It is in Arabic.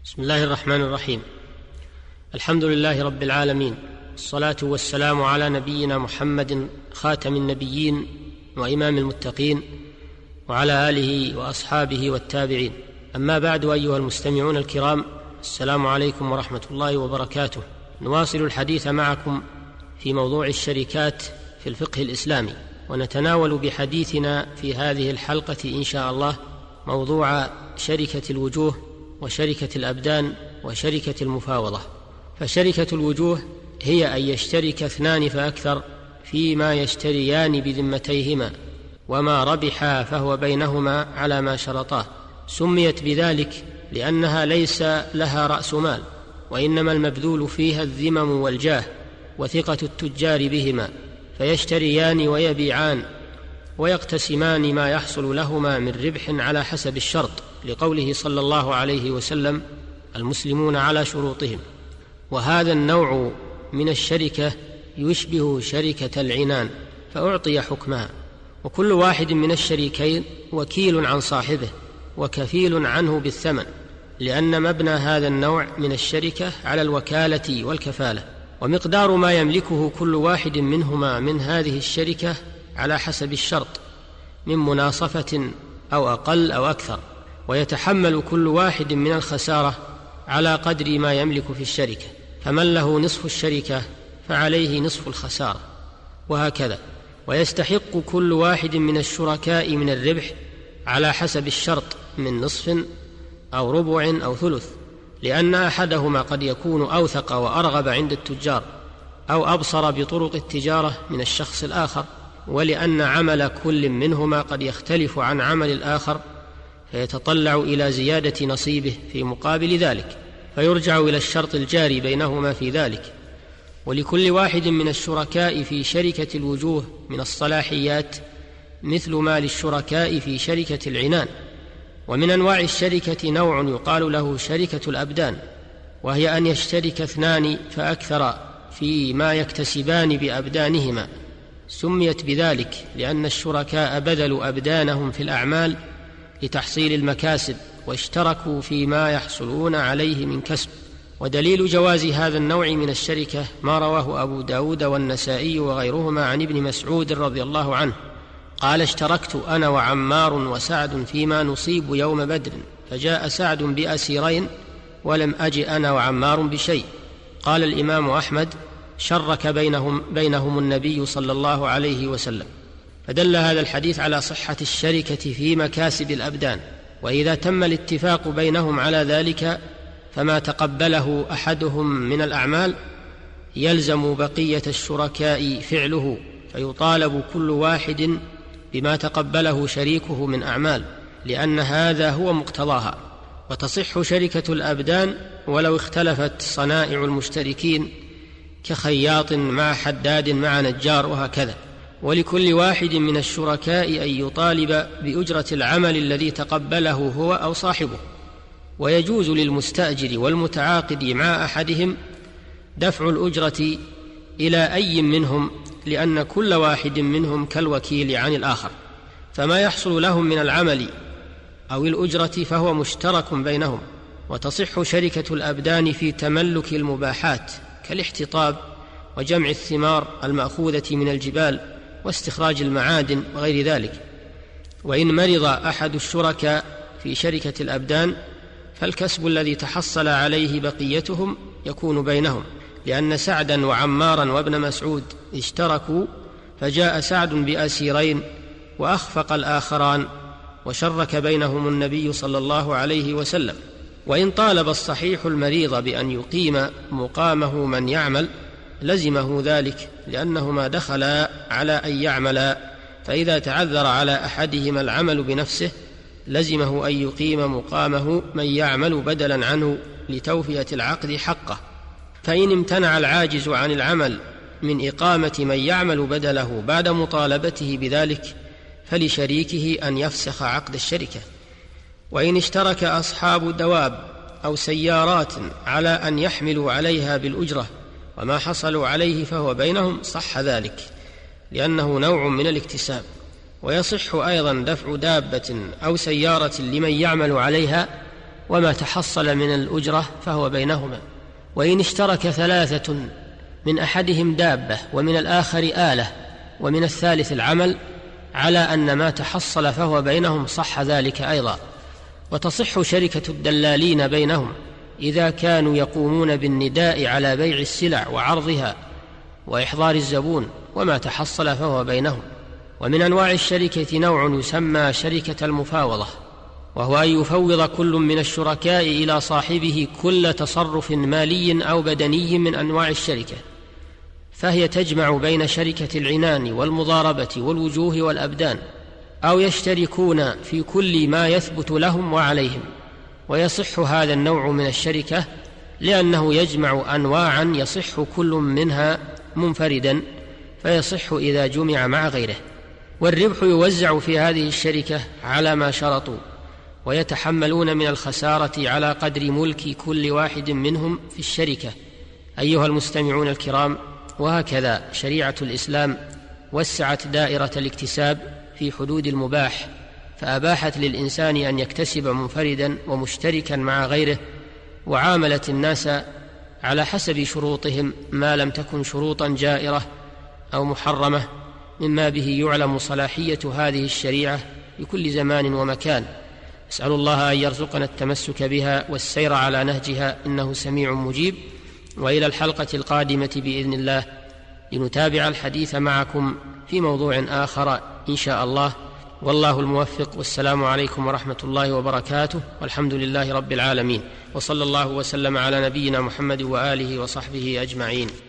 بسم الله الرحمن الرحيم. الحمد لله رب العالمين، الصلاة والسلام على نبينا محمد خاتم النبيين وإمام المتقين، وعلى آله وأصحابه والتابعين. أما بعد، أيها المستمعون الكرام، السلام عليكم ورحمة الله وبركاته. نواصل الحديث معكم في موضوع الشركات في الفقه الإسلامي، ونتناول بحديثنا في هذه الحلقة إن شاء الله موضوع شركة الوجوه وشركة الأبدان وشركة المفاوضة. فشركة الوجوه هي أن يشترك اثنان فأكثر فيما يشتريان بذمتيهما، وما ربحا فهو بينهما على ما شرطاه. سميت بذلك لأنها ليس لها رأس مال، وإنما المبذول فيها الذمم والجاه وثقة التجار بهما، فيشتريان ويبيعان ويقتسمان ما يحصل لهما من ربح على حسب الشرط، لقوله صلى الله عليه وسلم: المسلمون على شروطهم. وهذا النوع من الشركة يشبه شركة العنان، فأعطي حكمها، وكل واحد من الشريكين وكيل عن صاحبه وكفيل عنه بالثمن، لأن مبنى هذا النوع من الشركة على الوكالة والكفالة، ومقدار ما يملكه كل واحد منهما من هذه الشركة على حسب الشرط من مناصفة أو أقل أو أكثر، ويتحمل كل واحد من الخسارة على قدر ما يملك في الشركة، فمن له نصف الشركة فعليه نصف الخسارة، وهكذا. ويستحق كل واحد من الشركاء من الربح على حسب الشرط من نصف أو ربع أو ثلث، لأن أحدهما قد يكون أوثق وأرغب عند التجار أو أبصر بطرق التجارة من الشخص الآخر، ولأن عمل كل منهما قد يختلف عن عمل الآخر، فيتطلع إلى زيادة نصيبه في مقابل ذلك، فيرجع إلى الشرط الجاري بينهما في ذلك. ولكل واحد من الشركاء في شركة الوجوه من الصلاحيات مثل ما للشركاء في شركة العنان. ومن أنواع الشركة نوع يقال له شركة الأبدان، وهي أن يشترك اثنان فأكثر فيما يكتسبان بأبدانهما. سميت بذلك لأن الشركاء بذلوا أبدانهم في الأعمال لتحصيل المكاسب، واشتركوا فيما يحصلون عليه من كسب. ودليل جواز هذا النوع من الشركة ما رواه أبو داود والنسائي وغيرهما عن ابن مسعود رضي الله عنه قال: اشتركت أنا وعمار وسعد فيما نصيب يوم بدر، فجاء سعد بأسيرين ولم أج أنا وعمار بشيء. قال الإمام أحمد: شرك بينهم النبي صلى الله عليه وسلم. فدل هذا الحديث على صحة الشركة في مكاسب الأبدان، وإذا تم الاتفاق بينهم على ذلك فما تقبله أحدهم من الأعمال يلزم بقية الشركاء فعله، فيطالب كل واحد بما تقبله شريكه من أعمال، لأن هذا هو مقتضاها. وتصح شركة الأبدان ولو اختلفت صنائع المشتركين، كخياط مع حداد مع نجار، وهكذا. ولكل واحد من الشركاء أن يطالب بأجرة العمل الذي تقبله هو أو صاحبه. ويجوز للمستأجر والمتعاقد مع أحدهم دفع الأجرة إلى أي منهم، لأن كل واحد منهم كالوكيل عن الآخر، فما يحصل لهم من العمل أو الأجرة فهو مشترك بينهم. وتصح شركة الأبدان في تملك المباحات كالاحتطاب وجمع الثمار المأخوذة من الجبال واستخراج المعادن وغير ذلك. وإن مرض أحد الشركاء في شركة الأبدان فالكسب الذي تحصل عليه بقيتهم يكون بينهم، لأن سعدا وعمارا وابن مسعود اشتركوا، فجاء سعد بأسيرين وأخفق الآخران، وشرك بينهم النبي صلى الله عليه وسلم. وإن طالب الصحيح المريض بأن يقيم مقامه من يعمل لزمه ذلك، لأنهما دخلا على أن يعملا، فإذا تعذر على أحدهما العمل بنفسه لزمه أن يقيم مقامه من يعمل بدلا عنه لتوفية العقد حقه. فإن امتنع العاجز عن العمل من إقامة من يعمل بدله بعد مطالبته بذلك فلشريكه أن يفسخ عقد الشركة. وإن اشترك أصحاب دواب أو سيارات على أن يحملوا عليها بالأجرة وما حصلوا عليه فهو بينهم صح ذلك، لأنه نوع من الاكتساب. ويصح أيضا دفع دابة أو سيارة لمن يعمل عليها وما تحصل من الأجرة فهو بينهما. وإن اشترك 3 من أحدهم دابة ومن الآخر آلة ومن الثالث العمل على أن ما تحصل فهو بينهم صح ذلك أيضا. وتصح شركة الدلالين بينهم إذا كانوا يقومون بالنداء على بيع السلع وعرضها وإحضار الزبون، وما تحصل فهو بينهم. ومن أنواع الشركة نوع يسمى شركة المفاوضة، وهو أن يفوض كل من الشركاء إلى صاحبه كل تصرف مالي أو بدني من أنواع الشركة، فهي تجمع بين شركة العنان والمضاربة والوجوه والأبدان، أو يشتركون في كل ما يثبت لهم وعليهم. ويصح هذا النوع من الشركة لأنه يجمع أنواعا يصح كل منها منفردا، فيصح إذا جمع مع غيره. والربح يوزع في هذه الشركة على ما شرطوا، ويتحملون من الخسارة على قدر ملك كل واحد منهم في الشركة. أيها المستمعون الكرام، وهكذا شريعة الإسلام وسعت دائرة الاكتساب في حدود المباح، فأباحت للإنسان أن يكتسب منفردا ومشتركا مع غيره، وعاملت الناس على حسب شروطهم ما لم تكن شروطا جائرة أو محرمة، مما به يعلم صلاحية هذه الشريعة لكل زمان ومكان. أسأل الله أن يرزقنا التمسك بها والسير على نهجها، إنه سميع مجيب. وإلى الحلقة القادمة بإذن الله لنتابع الحديث معكم في موضوع آخر إن شاء الله، والله الموفق. والسلام عليكم ورحمة الله وبركاته، والحمد لله رب العالمين، وصلى الله وسلم على نبينا محمد وآله وصحبه أجمعين.